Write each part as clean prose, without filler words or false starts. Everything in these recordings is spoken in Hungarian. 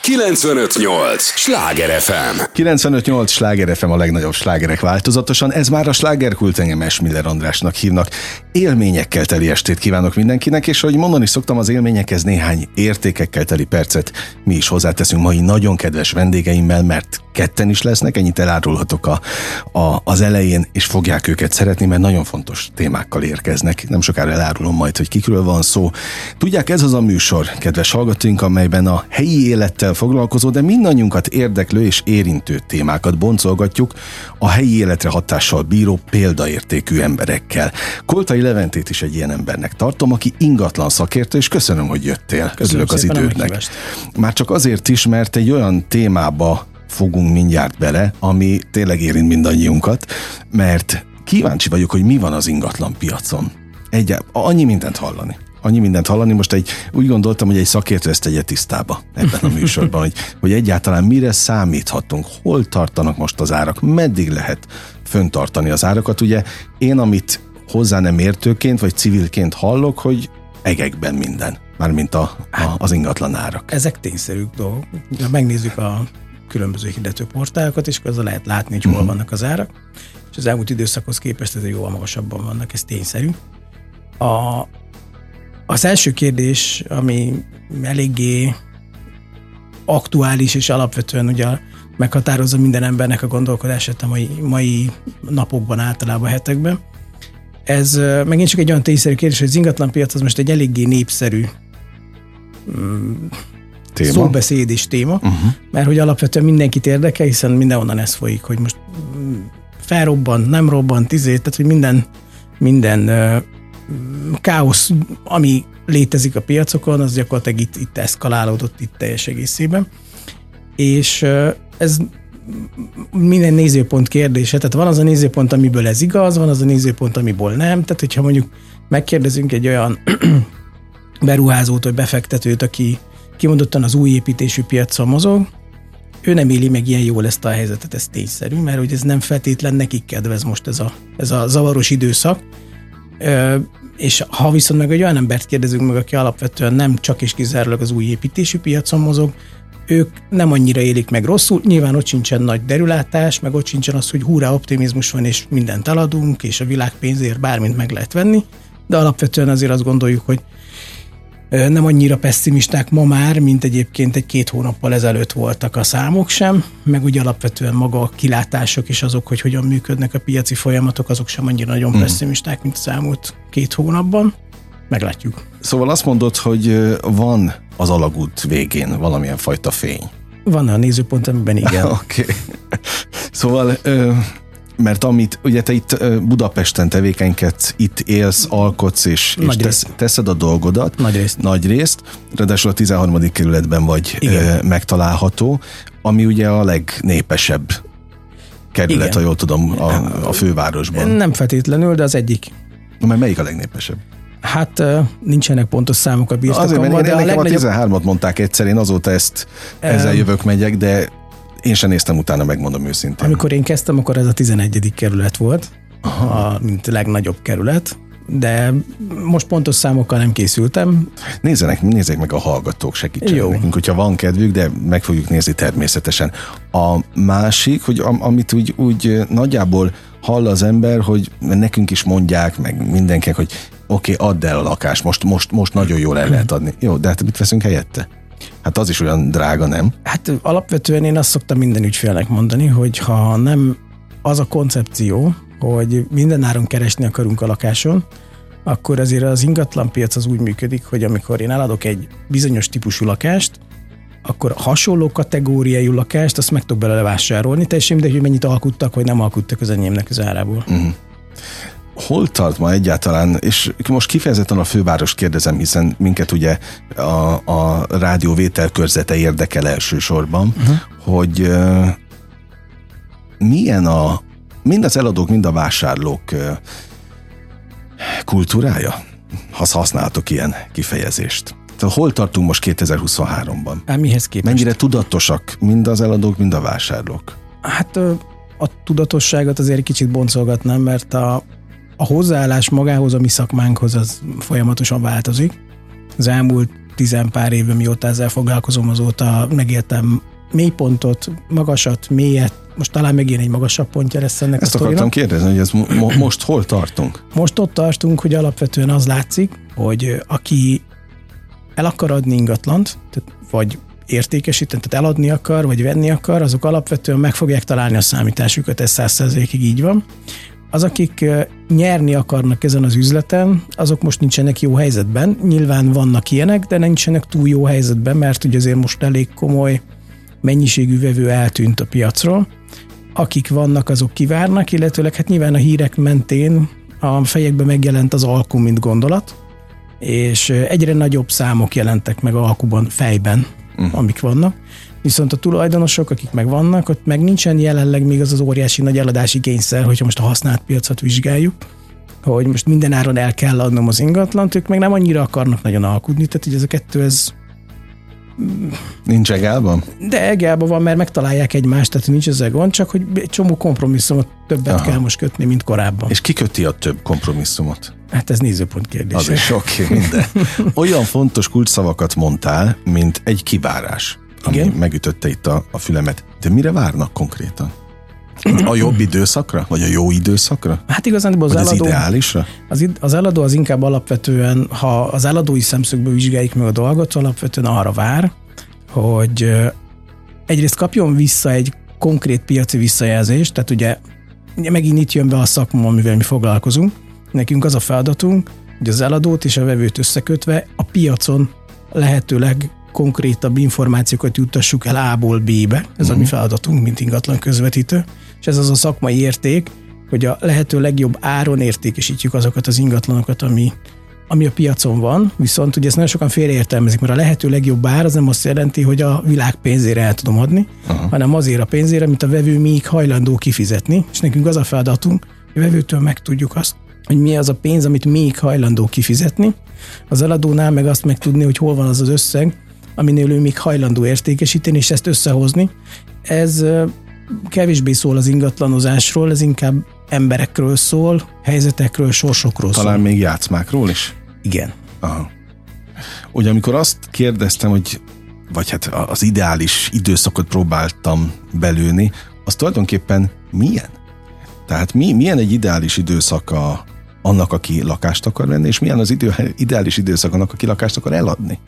95.8 Sláger FM. 95.8 Sláger FM, a legnagyobb slágerek változatosan. Ez már a slágerkult, engem Esmiller Andrásnak hívnak. Élményekkel teli estét kívánok mindenkinek, és ahogy mondani szoktam, az élményekhez néhány értékekkel teli percet mi is hozzáteszünk mai nagyon kedves vendégeimmel, mert ketten is lesznek, ennyit elárulhatok az elején, és fogják őket szeretni, mert nagyon fontos témákkal érkeznek. Nem sokára elárulom majd, hogy kikről van szó. Tudják, ez az a műsor, kedves hallgatóink, amelyben a helyi élettel foglalkozó, de mindannyiunkat érdeklő és érintő témákat boncolgatjuk a helyi életre hatással bíró példaértékű emberekkel. Koltai Leventét is egy ilyen embernek tartom, aki ingatlan szakértő, és köszönöm, hogy jöttél. Örülök az idődnek. Már csak azért is, mert egy olyan témába fogunk mindjárt bele, ami tényleg érint mindannyiunkat, mert kíváncsi vagyok, hogy mi van az ingatlan piacon. Annyi mindent hallani. Most úgy gondoltam, hogy egy szakértő ezt tegye tisztába ebben a műsorban, hogy egyáltalán mire számíthatunk, hol tartanak most az árak, meddig lehet föntartani az árakat. Ugye én, amit hozzá nem értőként vagy civilként hallok, hogy egekben minden, mármint az ingatlan árak. Ezek tényszerű dolgok. Megnézzük a különböző hirdetőportálokat, és azzal lehet látni, hogy hol vannak az árak, és az elmúlt időszakhoz képest ez jóval magasabban vannak, ez tényszerű. Az első kérdés, ami eléggé aktuális és alapvetően ugye meghatározza minden embernek a gondolkodását a mai napokban, általában hetekben. Ez megint csak egy olyan tényszerű kérdés, hogy az ingatlanpiac az most egy eléggé népszerű szóbeszéd és téma, mert hogy alapvetően mindenkit érdekel, hiszen mindenhonnan ez folyik, hogy most felrobban, nem robban, tehát hogy minden káosz, ami létezik a piacokon, az gyakorlatilag itt eszkalálódott itt teljes egészében. És ez minden nézőpont kérdése, tehát van az a nézőpont, amiből ez igaz, van az a nézőpont, amiből nem, tehát hogyha mondjuk megkérdezünk egy olyan beruházót vagy befektetőt, aki kimondottan az új építésű piacon mozog, ő nem éli meg ilyen jól ezt a helyzetet, ez tényszerű, mert hogy ez nem feltétlen nekik kedvez most ez a zavaros időszak, és ha viszont meg egy olyan embert kérdezünk meg, aki alapvetően nem csak és kizárólag az új építésű piacon mozog, ők nem annyira élik meg rosszul, nyilván ott sincsen nagy derülátás, meg ott sincsen az, hogy hurrá optimizmus van, és mindent eladunk, és a világ pénzért bármint meg lehet venni, de alapvetően azért azt gondoljuk, hogy nem annyira pessimisták ma már, mint egyébként 1-2 hónappal ezelőtt voltak a számok sem, meg ugye alapvetően maga a kilátások és azok, hogy hogyan működnek a piaci folyamatok, azok sem annyira nagyon pessimisták, mint az elmúlt 2 hónapban. Meglátjuk. Szóval azt mondod, hogy van az alagút végén valamilyen fajta fény. Van a nézőpont, amiben igen. Oké. Szóval... mert amit, ugye te itt Budapesten tevékenykedsz, itt élsz, alkotsz, és teszed a dolgodat. Nagy részt. Ráadásul a 13. kerületben vagy megtalálható, ami ugye a legnépesebb kerület, igen, ha jól tudom, a fővárosban. Nem feltétlenül, de az egyik. Mert melyik a legnépesebb? Hát nincsenek pontos számok a birtokomban. Azért, mert nekem a 13-at mondták egyszer, én azóta ezzel jövök, megyek, de én sem néztem utána, megmondom őszintén. Amikor én kezdtem, akkor ez a 11. kerület volt, mint legnagyobb kerület, de most pontos számokkal nem készültem. Nézzék meg a hallgatók, segítsenek nekünk, hogyha van kedvük, de meg fogjuk nézni természetesen. A másik, hogy amit úgy nagyjából hall az ember, hogy nekünk is mondják, meg mindenkinek, hogy oké, add el a lakást, most nagyon jól el lehet adni. Jó, de hát mit veszünk helyette? Hát az is olyan drága, nem? Hát alapvetően én azt szoktam minden ügyfélnek mondani, hogy ha nem az a koncepció, hogy minden áron keresni akarunk a lakáson, akkor azért az ingatlanpiac az úgy működik, hogy amikor én eladok egy bizonyos típusú lakást, akkor hasonló kategóriájú lakást azt meg tudok belőle vásárolni, teljesen mindegy, hogy mennyit alkuttak, vagy nem alkuttak az enyémnek az árából. Hol tart ma egyáltalán, és most kifejezetten a főváros kérdezem, hiszen minket ugye a rádió vételkörzete érdekel elsősorban, hogy milyen mind az eladók, mind a vásárlók kultúrája, ha használtok ilyen kifejezést. Tehát hol tartunk most 2023-ban? Mihez képest? Mennyire tudatosak mind az eladók, mind a vásárlók? Hát a tudatosságot azért kicsit boncolgatnám, mert a hozzáállás magához, a mi szakmánkhoz az folyamatosan változik. Az elmúlt 10 pár évben, mióta ezzel foglalkozom, azóta megéltem mélypontot, magasat, mélyet, most talán megint egy magasabb pontja lesz ennek Ezt a sztorinak. akartam kérdezni, hogy ez most hol tartunk? Most ott tartunk, hogy alapvetően az látszik, hogy aki el akar adni ingatlant, vagy értékesíteni, tehát eladni akar, vagy venni akar, azok alapvetően meg fogják találni a számításukat, ez 100%-ig így van. Az, akik nyerni akarnak ezen az üzleten, azok most nincsenek jó helyzetben. Nyilván vannak ilyenek, de nincsenek túl jó helyzetben, mert ugye azért most elég komoly mennyiségű vevő eltűnt a piacról. Akik vannak, azok kivárnak, illetőleg hát nyilván a hírek mentén a fejekben megjelent az alku, mint gondolat, és egyre nagyobb számok jelentek meg alkuban, fejben, amik vannak. Viszont a tulajdonosok, akik meg vannak, ott meg nincsen jelenleg még az óriási nagy eladási kényszer, hogyha most a használt piacot vizsgáljuk, hogy most minden áron el kell adnom az ingatlant, ők meg nem annyira akarnak nagyon alkudni, tehát így ez a kettő, ez... Nincs egálban? De egálban van, mert megtalálják egymást, tehát nincs ezzel gond, csak hogy egy csomó kompromisszumot többet kell most kötni, mint korábban. És ki köti a több kompromisszumot? Hát ez nézőpont kérdése. Az is oké, minden. Olyan fontos kulcsszavakat mondtál, mint egy kivárás, ami igen? megütötte itt a fülemet. De mire várnak konkrétan? A jobb időszakra? Vagy a jó időszakra? Hát igazán az eladó... az ideálisra? Az eladó az inkább alapvetően, ha az eladói szemszögből vizsgáljuk meg a dolgot, alapvetően arra vár, hogy egyrészt kapjon vissza egy konkrét piaci visszajelzést, tehát ugye megint itt jön be a szakma, amivel mi foglalkozunk. Nekünk az a feladatunk, hogy az eladót és a vevőt összekötve a piacon lehetőleg konkrétabb információkat juttassuk el A-ból B-be. Ez a mi feladatunk, mint ingatlan közvetítő. És ez az a szakmai érték, hogy a lehető legjobb áron értékesítjük azokat az ingatlanokat, ami a piacon van, viszont ugye ezt nagyon sokan félreértelmezik, mert a lehető legjobb ár az nem azt jelenti, hogy a világ pénzére el tudom adni, hanem azért a pénzére, amit a vevő még hajlandó kifizetni, és nekünk az a feladatunk, hogy a vevőtől megtudjuk azt, hogy mi az a pénz, amit még hajlandó kifizetni. Az eladónál meg azt megtudni, hogy hol van az az összeg, aminél ő még hajlandó értékesíteni, és ezt összehozni. Ez kevésbé szól az ingatlanozásról, ez inkább emberekről szól, helyzetekről, sorsokról szól. Talán még játszmákról is? Igen. Aha. Ugye amikor azt kérdeztem, hogy vagy hát az ideális időszakot próbáltam belőni, az tulajdonképpen milyen? Tehát milyen egy ideális időszak annak, aki lakást akar venni, és milyen az ideális időszak annak, aki lakást akar eladni?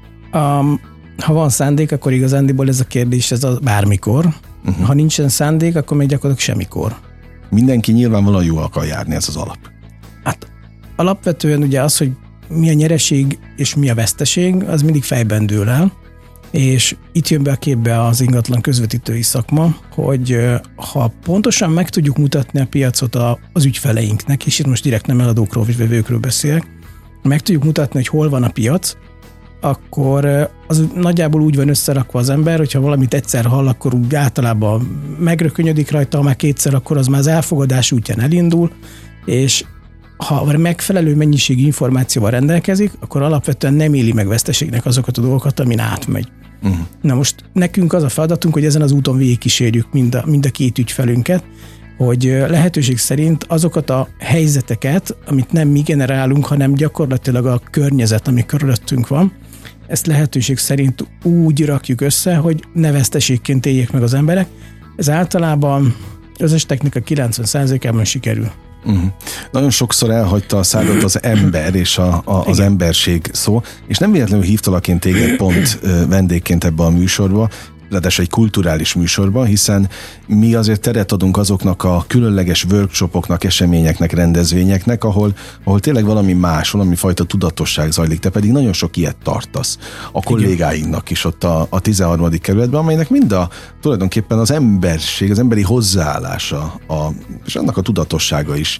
Ha van szándék, akkor igazándiból ez a kérdés, ez a bármikor. Ha nincsen szándék, akkor még gyakorlatilag semmikor. Mindenki nyilvánvalóan jól akar járni, ez az alap. Hát alapvetően ugye az, hogy mi a nyereség és mi a veszteség, az mindig fejben dől el, és itt jön be a képbe az ingatlan közvetítői szakma, hogy ha pontosan meg tudjuk mutatni a piacot az ügyfeleinknek, és itt most direkt nem eladókról vagy vevőkről beszélek, meg tudjuk mutatni, hogy hol van a piac, akkor az nagyjából úgy van összerakva az ember, hogyha valamit egyszer hall, akkor úgy általában megrökönyödik rajta, ha már kétszer, akkor az már az elfogadás útján elindul, és ha megfelelő mennyiségű információval rendelkezik, akkor alapvetően nem éli meg veszteségnek azokat a dolgokat, amin átmegy. Na most nekünk az a feladatunk, hogy ezen az úton végigkísérjük mind a két ügyfelünket, hogy lehetőség szerint azokat a helyzeteket, amit nem mi generálunk, hanem gyakorlatilag a környezet, ami körülöttünk van, ezt lehetőség szerint úgy rakjuk össze, hogy ne veszteségként éljék meg az emberek. Ez általában az eseteknek a 90%-ában sikerül. Nagyon sokszor elhagyta a szádat az ember és az emberség szó, és nem véletlenül hívtalak én téged pont vendégként ebbe a műsorba, ráadásul egy kulturális műsorban, hiszen mi azért teret adunk azoknak a különleges workshopoknak, eseményeknek, rendezvényeknek, ahol tényleg valami más, valami fajta tudatosság zajlik, te pedig nagyon sok ilyet tartasz a kollégáinknak is ott a 13. kerületben, amelynek mind tulajdonképpen az emberség, az emberi hozzáállása, és annak a tudatossága is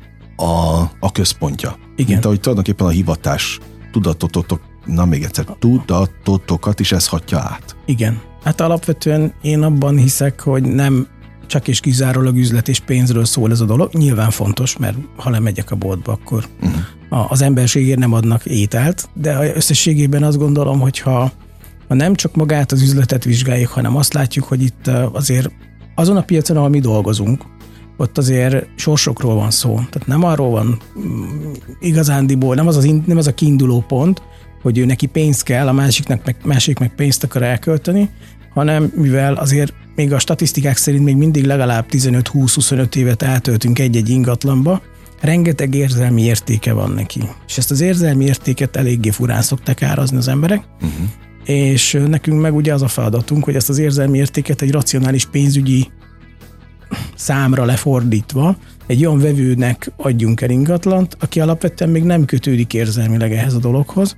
a központja. Igen. Mint ahogy tulajdonképpen a hivatás tudatotokat is ez hatja át. Igen. Hát alapvetően én abban hiszek, hogy nem csak és kizárólag üzlet és pénzről szól ez a dolog. Nyilván fontos, mert ha lemegyek a boltba, akkor az emberségért nem adnak ételt, de összességében azt gondolom, hogy ha nem csak magát az üzletet vizsgáljuk, hanem azt látjuk, hogy itt azért azon a piacon, ahol mi dolgozunk, ott azért sorsokról van szó. Tehát nem arról van igazándiból, nem az a kiinduló pont, hogy ő neki pénz kell, a másik meg pénzt akar elkölteni, hanem mivel azért még a statisztikák szerint még mindig legalább 15-20-25 évet eltöltünk egy-egy ingatlanba, rengeteg érzelmi értéke van neki. És ezt az érzelmi értéket eléggé furán szokták árazni az emberek, és nekünk meg ugye az a feladatunk, hogy ezt az érzelmi értéket egy racionális pénzügyi számra lefordítva egy olyan vevőnek adjunk el ingatlant, aki alapvetően még nem kötődik érzelmileg ehhez a dologhoz.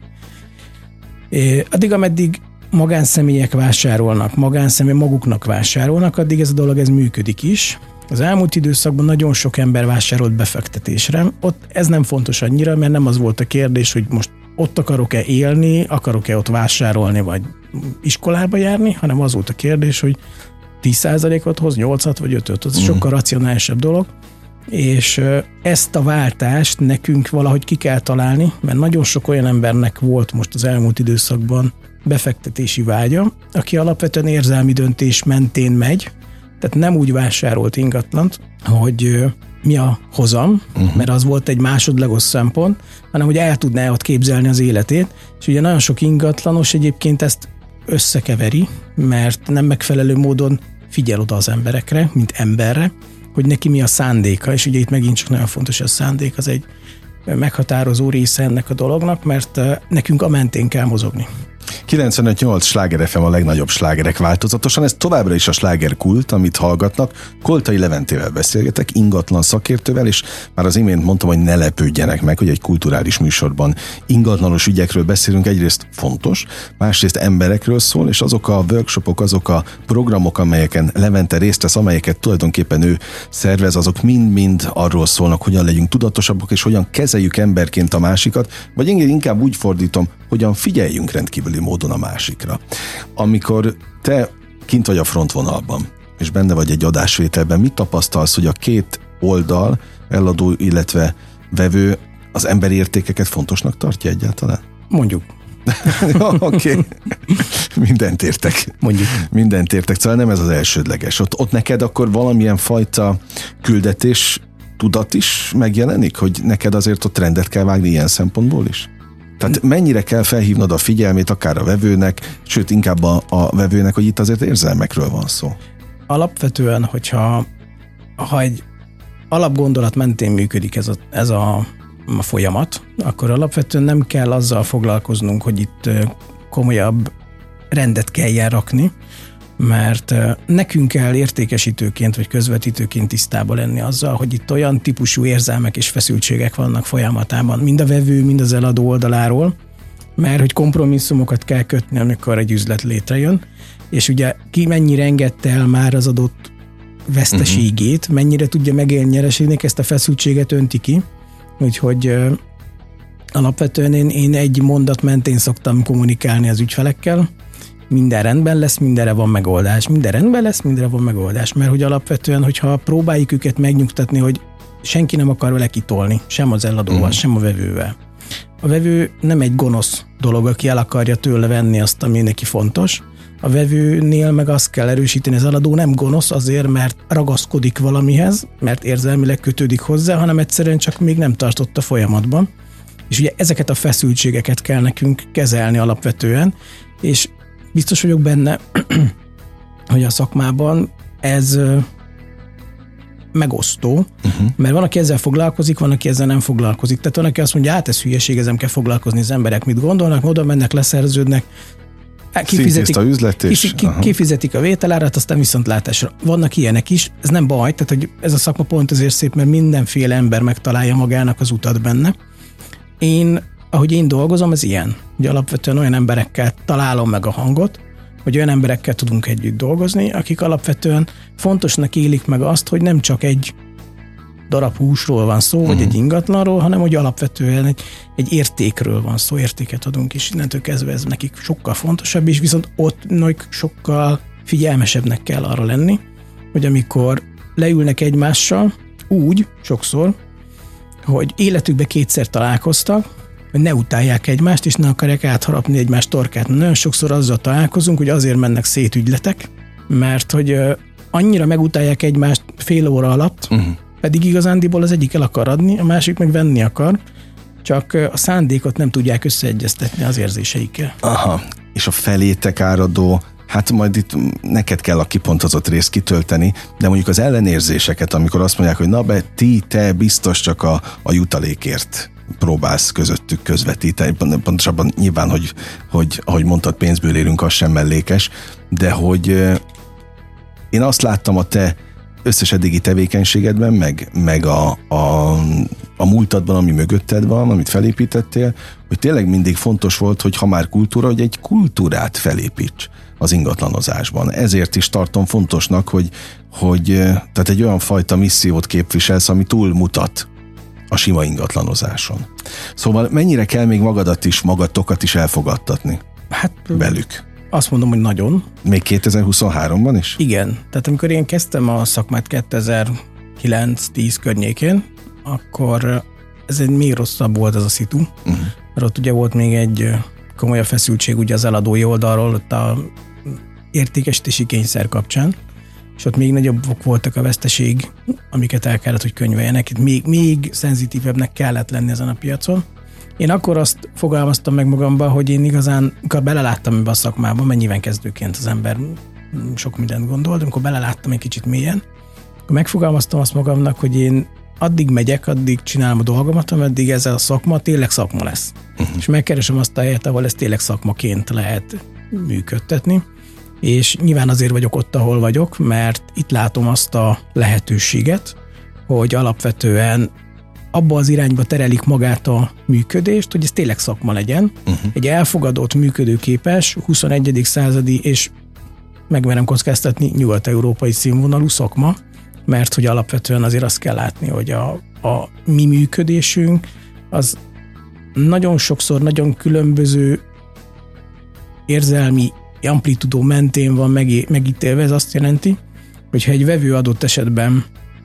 Addig, ameddig magánszemélyek vásárolnak, maguknak vásárolnak, addig ez a dolog ez működik is. Az elmúlt időszakban nagyon sok ember vásárolt befektetésre. Ott ez nem fontos annyira, mert nem az volt a kérdés, hogy most ott akarok-e élni, akarok-e ott vásárolni, vagy iskolába járni, hanem az volt a kérdés, hogy 10%-ot hoz, 8-at vagy 5-öt. Ez sokkal racionálisabb dolog, és ezt a váltást nekünk valahogy ki kell találni, mert nagyon sok olyan embernek volt most az elmúlt időszakban befektetési vágya, aki alapvetően érzelmi döntés mentén megy, tehát nem úgy vásárolt ingatlant, hogy mi a hozam, mert az volt egy másodlagos szempont, hanem hogy el tudná ott képzelni az életét, és ugye nagyon sok ingatlanos egyébként ezt összekeveri, mert nem megfelelő módon figyel oda az emberekre, mint emberre, hogy neki mi a szándéka, és ugye itt megint csak nagyon fontos, hogy a szándék az egy meghatározó része ennek a dolognak, mert nekünk a mentén kell mozogni. 95.8 Sláger FM a legnagyobb slágerek változatosan, ez továbbra is a slágerkult, amit hallgatnak. Koltai Leventével beszélgetek, ingatlan szakértővel, és már az imént mondtam, hogy ne lepődjenek meg, hogy egy kulturális műsorban ingatlanos ügyekről beszélünk. Egyrészt fontos, másrészt emberekről szól, és azok a workshopok, azok a programok, amelyeken Levente részt vesz, amelyeket tulajdonképpen ő szervez, azok mind-mind arról szólnak, hogyan legyünk tudatosabbak, és hogyan kezeljük emberként a másikat, vagy inkább úgy fordítom, hogyan figyeljünk rendkívüli módon a másikra. Amikor te kint vagy a frontvonalban, és benne vagy egy adásvételben, mit tapasztalsz, hogy a két oldal, eladó, illetve vevő az emberi értékeket fontosnak tartja egyáltalán? Mondjuk. Oké. Mindent értek. Mondjuk. Mindent értek, szóval nem ez az elsődleges. Ott neked akkor valamilyen fajta küldetés, tudat is megjelenik, hogy neked azért ott rendet kell vágni ilyen szempontból is? Tehát mennyire kell felhívnod a figyelmét akár a vevőnek, sőt inkább a vevőnek, hogy itt azért érzelmekről van szó? Alapvetően, hogyha egy alapgondolat mentén működik ez a folyamat, akkor alapvetően nem kell azzal foglalkoznunk, hogy itt komolyabb rendet kelljen rakni, mert nekünk kell értékesítőként vagy közvetítőként tisztában lenni azzal, hogy itt olyan típusú érzelmek és feszültségek vannak folyamatában, mind a vevő, mind az eladó oldaláról, mert hogy kompromisszumokat kell kötni, amikor egy üzlet létrejön, és ugye ki mennyire engedte el már az adott veszteségét, mennyire tudja megélni nyereségnek, ezt a feszültséget önti ki, úgyhogy alapvetően én egy mondat mentén szoktam kommunikálni az ügyfelekkel, minden rendben lesz, mindenre van megoldás. Minden rendben lesz, mindenre van megoldás. Mert hogy alapvetően, hogyha próbáljuk őket megnyugtatni, hogy senki nem akar vele kitolni, sem az eladóval, sem a vevővel. A vevő nem egy gonosz dolog, aki el akarja tőle venni azt, ami neki fontos. A vevőnél meg azt kell erősíteni, az eladó nem gonosz azért, mert ragaszkodik valamihez, mert érzelmileg kötődik hozzá, hanem egyszerűen csak még nem tartott a folyamatban. És ugye ezeket a feszültségeket kell nekünk kezelni alapvetően, és biztos vagyok benne, hogy a szakmában ez megosztó, mert van, aki ezzel foglalkozik, van, aki ezzel nem foglalkozik. Tehát van, aki azt mondja, hát ez hülyeség, ezzel kell foglalkozni, az emberek mit gondolnak, oda mennek, leszerződnek, kifizetik a vételárat, aztán viszontlátásra. Vannak ilyenek is, ez nem baj, tehát hogy ez a szakma pont azért szép, mert mindenféle ember megtalálja magának az utat benne. Ahogy én dolgozom, ez ilyen. Ugye alapvetően olyan emberekkel találom meg a hangot, hogy olyan emberekkel tudunk együtt dolgozni, akik alapvetően fontosnak élik meg azt, hogy nem csak egy darab húsról van szó, vagy egy ingatlanról, hanem hogy alapvetően egy értékről van szó, értéket adunk, és innentől kezdve ez nekik sokkal fontosabb, és viszont ott sokkal figyelmesebbnek kell arra lenni, hogy amikor leülnek egymással, úgy sokszor, hogy életükben kétszer találkoztak, hogy ne utálják egymást, és ne akarják átharapni egymás torkát. Nagyon sokszor azzal találkozunk, hogy azért mennek szét ügyletek, mert hogy annyira megutálják egymást fél óra alatt, pedig igazándiból az egyik el akar adni, a másik meg venni akar, csak a szándékot nem tudják összeegyeztetni az érzéseikkel. Aha, és a felétek áradó, hát majd itt neked kell a kipontozott részt kitölteni, de mondjuk az ellenérzéseket, amikor azt mondják, hogy na be, te biztos csak a jutalékért próbálsz közöttük közvetíteni. Pontosabban nyilván, hogy ahogy mondtad, pénzből élünk, az sem mellékes, de hogy én azt láttam a te összes eddigi tevékenységedben, meg a múltadban, ami mögötted van, amit felépítettél, hogy tényleg mindig fontos volt, hogy ha már kultúra, hogy egy kultúrát felépíts az ingatlanozásban. Ezért is tartom fontosnak, hogy tehát egy olyan fajta missziót képviselsz, ami túlmutat a sima ingatlanozáson. Szóval mennyire kell még magatokat is elfogadtatni velük? Azt mondom, hogy nagyon. Még 2023-ban is? Igen. Tehát amikor én kezdtem a szakmát 2009-10 környékén, akkor ez egy még rosszabb volt ez a szitu. Mert ott ugye volt még egy komolyabb feszültség ugye az eladói oldalról, ott a értékesítési kényszer kapcsán, és ott még nagyobbak voltak a veszteség, amiket el kellett, hogy könyveljenek. Itt még szenzitívebbnek kellett lenni ezen a piacon. Én akkor azt fogalmaztam meg magamba, hogy én igazán, amikor beleláttam ebbe a szakmába, mert nyilván kezdőként az ember sok mindent gondolt, amikor beleláttam egy kicsit mélyen, akkor megfogalmaztam azt magamnak, hogy én addig megyek, addig csinálom a dolgomat, ameddig ez a szakma tényleg szakma lesz. És megkeresem azt a helyet, ahol ezt tényleg szakmaként lehet működtetni. És nyilván azért vagyok ott, ahol vagyok, mert itt látom azt a lehetőséget, hogy alapvetően abba az irányba terelik magát a működést, hogy ez tényleg szakma legyen. Egy elfogadott, működőképes, 21. századi és megmerem kockáztatni nyugat-európai színvonalú szakma, mert hogy alapvetően azért azt kell látni, hogy a mi működésünk az nagyon sokszor nagyon különböző érzelmi amplitudó mentén van megítélve. Ez azt jelenti, hogyha egy vevő adott esetben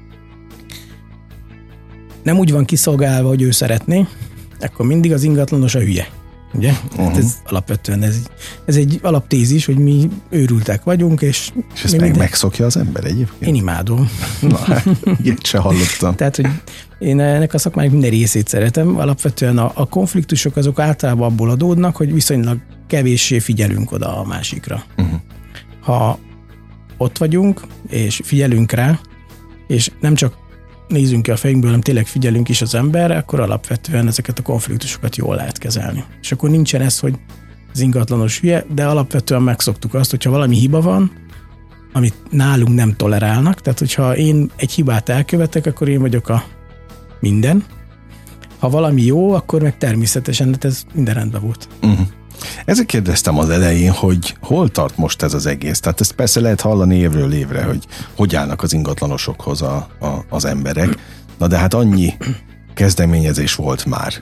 nem úgy van kiszolgálva, hogy ő szeretné, akkor mindig az ingatlanos a hülye. Ugye? Hát ez alapvetően ez egy alaptézis, hogy mi őrültek vagyunk, és ezt megszokja az ember egyébként? Én imádom. Na, ilyet se hallottam. Tehát, hogy én ennek a szakmának minden részét szeretem. Alapvetően a konfliktusok azok általában abból adódnak, hogy viszonylag kevéssé figyelünk oda a másikra. Ha ott vagyunk, és figyelünk rá, és nem csak nézzünk ki a fejünkből, hanem tényleg figyelünk is az emberre, akkor alapvetően ezeket a konfliktusokat jól lehet kezelni. És akkor nincsen ez, hogy az ingatlanos hülye, de alapvetően megszoktuk azt, hogyha valami hiba van, amit nálunk nem tolerálnak, tehát hogyha én egy hibát elkövetek, akkor én vagyok a minden. Ha valami jó, akkor meg természetesen, de ez minden rendben volt. Ezért kérdeztem az elején, hogy hol tart most ez az egész. Tehát ezt persze lehet hallani évről évre, hogy állnak az ingatlanosokhoz az emberek. Na de hát annyi kezdeményezés volt már.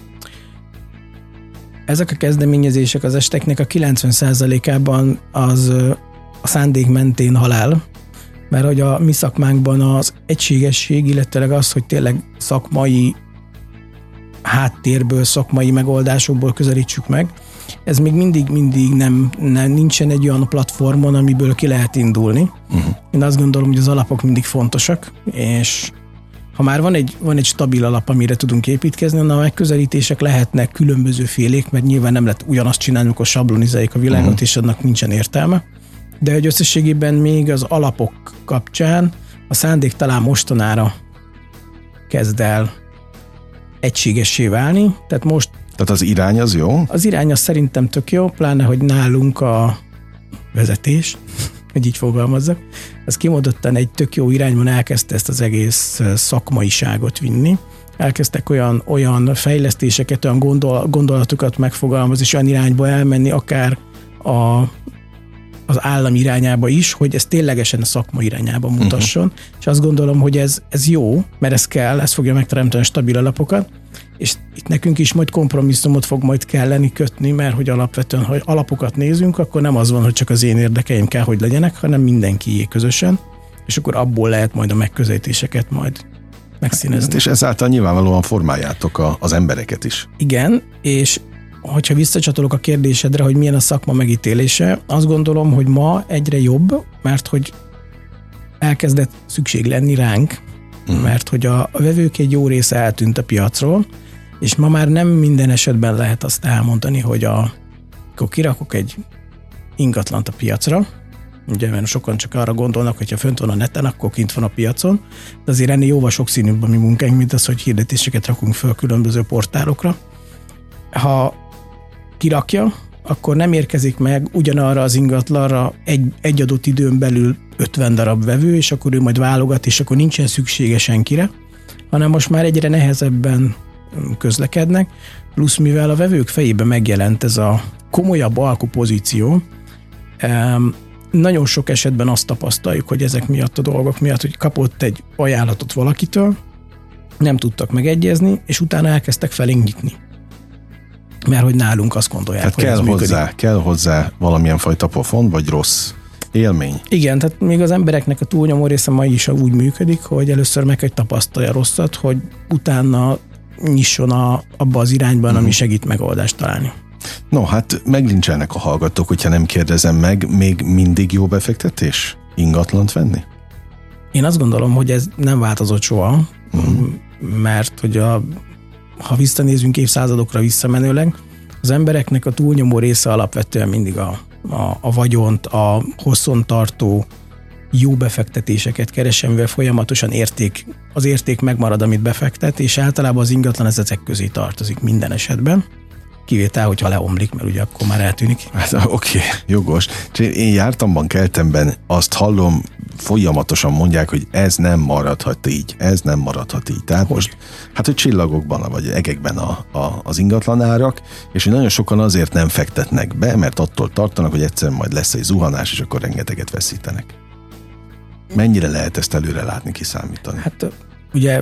Ezek a kezdeményezések az esteknek a 90%-ában az a szándék mentén halál, mert hogy a mi szakmánkban az egységesség, illetve az, hogy tényleg szakmai háttérből, szakmai megoldásokból közelítsük meg, ez még mindig nem nincsen egy olyan platformon, amiből ki lehet indulni. Én azt gondolom, hogy az alapok mindig fontosak, és ha már van egy stabil alap, amire tudunk építkezni, a megközelítések lehetnek különböző félék, mert nyilván nem lehet ugyanazt csinálni, amikor sablonizáljuk a világot, és annak nincsen értelme. De hogy összességében még az alapok kapcsán a szándék talán mostanára kezd el egységessé válni. Tehát az irány az jó? Az irány az szerintem tök jó, pláne, hogy nálunk a vezetés, hogy így fogalmazzak, az kimondottan egy tök jó irányban elkezdte ezt az egész szakmaiságot vinni. Elkezdtek olyan fejlesztéseket, olyan gondolatokat megfogalmazni, és olyan irányba elmenni, akár az állam irányába is, hogy ez ténylegesen a szakma irányába mutasson. És azt gondolom, hogy ez jó, mert ez kell, ez fogja megteremteni a stabil alapokat, és itt nekünk is majd kompromisszumot fog majd kelleni kötni, mert hogy alapvetően, ha alapokat nézünk, akkor nem az van, hogy csak az én érdekeim kell, hogy legyenek, hanem mindenkié közösen, és akkor abból lehet majd a megközelítéseket majd megszínezni. És ezáltal nyilvánvalóan formáljátok az embereket is. Igen, és hogyha visszacsatolok a kérdésedre, hogy milyen a szakma megítélése, azt gondolom, hogy ma egyre jobb, mert hogy elkezdett szükség lenni ránk, mert hogy a vevők egy jó része eltűnt a piacról, És ma már nem minden esetben lehet azt elmondani, hogy akkor kirakok egy ingatlant a piacra, ugye, mert sokan csak arra gondolnak, hogyha fönt van a neten, akkor kint van a piacon, de azért ennél jóval sokszínűbb a mi munkánk, mint az, hogy hirdetéseket rakunk föl különböző portálokra. Ha kirakja, akkor nem érkezik meg ugyanarra az ingatlanra egy adott időn belül 50 darab vevő, és akkor ő majd válogat, és akkor nincsen szüksége senkire, hanem most már egyre nehezebben közlekednek, plusz mivel a vevők fejében megjelent ez a komolyabb alkupozíció, nagyon sok esetben azt tapasztaljuk, hogy ezek miatt a dolgok miatt, hogy kapott egy ajánlatot valakitől, nem tudtak megegyezni, és utána elkezdtek felénk nyitni. Mert hogy nálunk azt gondolják, tehát hogy kell hozzá valamilyen fajta pofon, vagy rossz élmény. Igen, tehát még az embereknek a túlnyomó része ma is úgy működik, hogy először meg kell tapasztalja rosszat, hogy utána nyisson abba az irányban, ami segít megoldást találni. No, hát meglincselnek a hallgatók, hogyha nem kérdezem meg, még mindig jó befektetés ingatlant venni? Én azt gondolom, hogy ez nem változott soha, mert hogy ha visszanézünk évszázadokra visszamenőleg, az embereknek a túlnyomó része alapvetően mindig a vagyont, a hosszontartó jó befektetéseket keresem, mivel folyamatosan az érték megmarad, amit befektet, és általában az ingatlan ezek közé tartozik minden esetben. Kivétel, hogyha leomlik, mert ugye akkor már eltűnik. Hát oké, jogos. Én jártamban, keltemben azt hallom, folyamatosan mondják, hogy ez nem maradhat így, Tehát most, hát hogy csillagokban, vagy egekben az ingatlanárak, és hogy nagyon sokan azért nem fektetnek be, mert attól tartanak, hogy egyszer majd lesz egy zuhanás, és akkor rengeteget veszítenek. Mennyire lehet ezt előre látni, kiszámítani? Hát ugye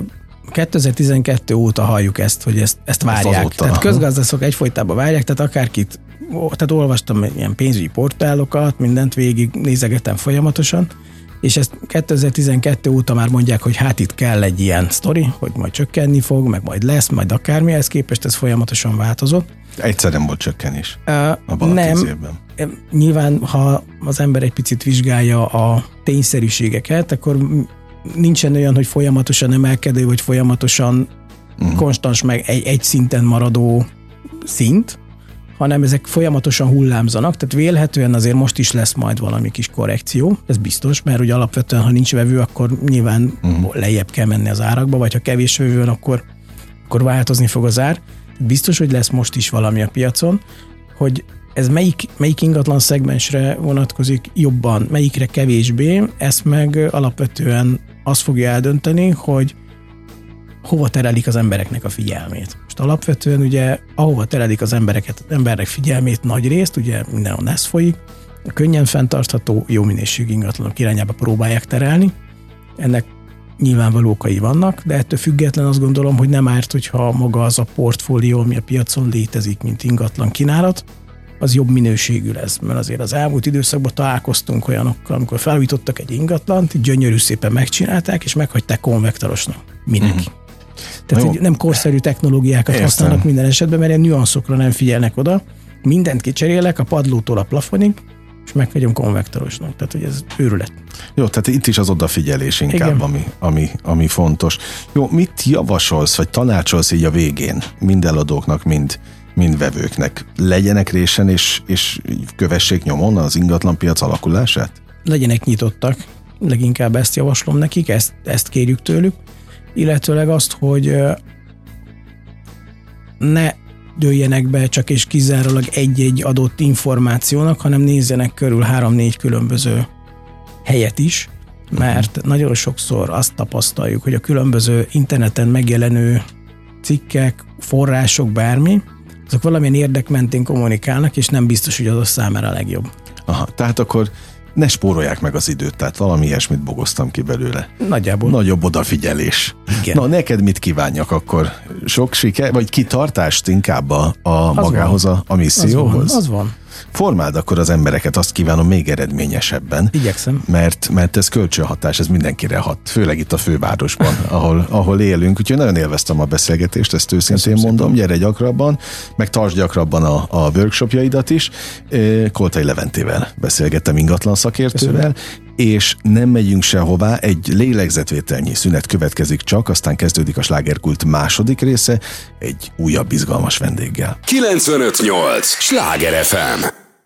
2012 óta halljuk ezt, hogy ezt várják. Azóta, tehát közgazdászok egyfolytában várják, tehát akárkit, tehát olvastam ilyen pénzügyi portálokat, mindent végig nézegetem folyamatosan, és ezt 2012 óta már mondják, hogy hát itt kell egy ilyen sztori, hogy majd csökkenni fog, meg majd lesz, majd akármi, ehhez képest ez folyamatosan változott. Egyszer nem volt csökkenés abban a 10 évben. Nyilván, ha az ember egy picit vizsgálja a tényszerűségeket, akkor nincsen olyan, hogy folyamatosan emelkedő, vagy folyamatosan konstans meg egy szinten maradó szint, hanem ezek folyamatosan hullámzanak, tehát vélhetően azért most is lesz majd valami kis korrekció, ez biztos, mert ugye alapvetően, ha nincs vevő, akkor nyilván lejjebb kell menni az árakba, vagy ha kevés vevő van, akkor változni fog az ár. Biztos, hogy lesz most is valami a piacon, hogy ez melyik ingatlan szegmensre vonatkozik jobban, melyikre kevésbé, ezt meg alapvetően azt fogja eldönteni, hogy hova terelik az embereknek a figyelmét. Most alapvetően ugye, ahova terelik az emberek figyelmét nagy részt, ugye mindenhol ez folyik, a könnyen fenntartható, jó minőségű ingatlanok irányába próbálják terelni. Ennek nyilvánvaló okai vannak, de ettől független azt gondolom, hogy nem árt, hogyha maga az a portfólió, ami a piacon létezik, mint ingatlan kínálat, az jobb minőségű lesz, mert azért az elmúlt időszakban találkoztunk olyanokkal, amikor felújítottak egy ingatlant, gyönyörű szépen megcsinálták, és meghagyták konvektorosnak. Minek? Tehát hogy nem korszerű technológiákat használnak minden esetben, mert ilyen nüanszokra nem figyelnek oda. Mindent kicserélek a padlótól a plafonig, és meghagyom konvektorosnak. Tehát, hogy ez őrület. Jó, tehát itt is az odafigyelés inkább, ami fontos. Jó, mit javasolsz, vagy tanácsolsz így a végén mind eladóknak, mind vevőknek? Legyenek résen, és kövessék nyomon az ingatlanpiac alakulását? Legyenek nyitottak. Leginkább ezt javaslom nekik, ezt kérjük tőlük. Illetőleg azt, hogy ne dőljenek be csak és kizárólag egy-egy adott információnak, hanem nézzenek körül 3-4 különböző helyet is, mert nagyon sokszor azt tapasztaljuk, hogy a különböző interneten megjelenő cikkek, források, bármi, azok valamilyen érdek mentén kommunikálnak, és nem biztos, hogy az a számára a legjobb. Aha, tehát akkor ne spórolják meg az időt, tehát valami ilyesmit bogoztam ki belőle. Nagyjából. Nagyobb odafigyelés. Igen. Na, neked mit kívánjak akkor? Sok siker, vagy kitartást inkább magához a misszióhoz? Az van. Formáld akkor az embereket, azt kívánom még eredményesebben. Igyekszem. Mert ez kölcsönhatás, ez mindenkire hat, főleg itt a fővárosban, ahol élünk. Úgyhogy nagyon élveztem a beszélgetést, ezt őszintén mondom. Gyere gyakrabban, meg tartsd gyakrabban a workshopjaidat is. Koltai Leventével beszélgettem, ingatlan szakértővel. és nem megyünk sehová, egy lélegzetvételnyi szünet következik csak, aztán kezdődik a Slágerkult második része, egy újabb izgalmas vendéggel. 95.8 Sláger FM.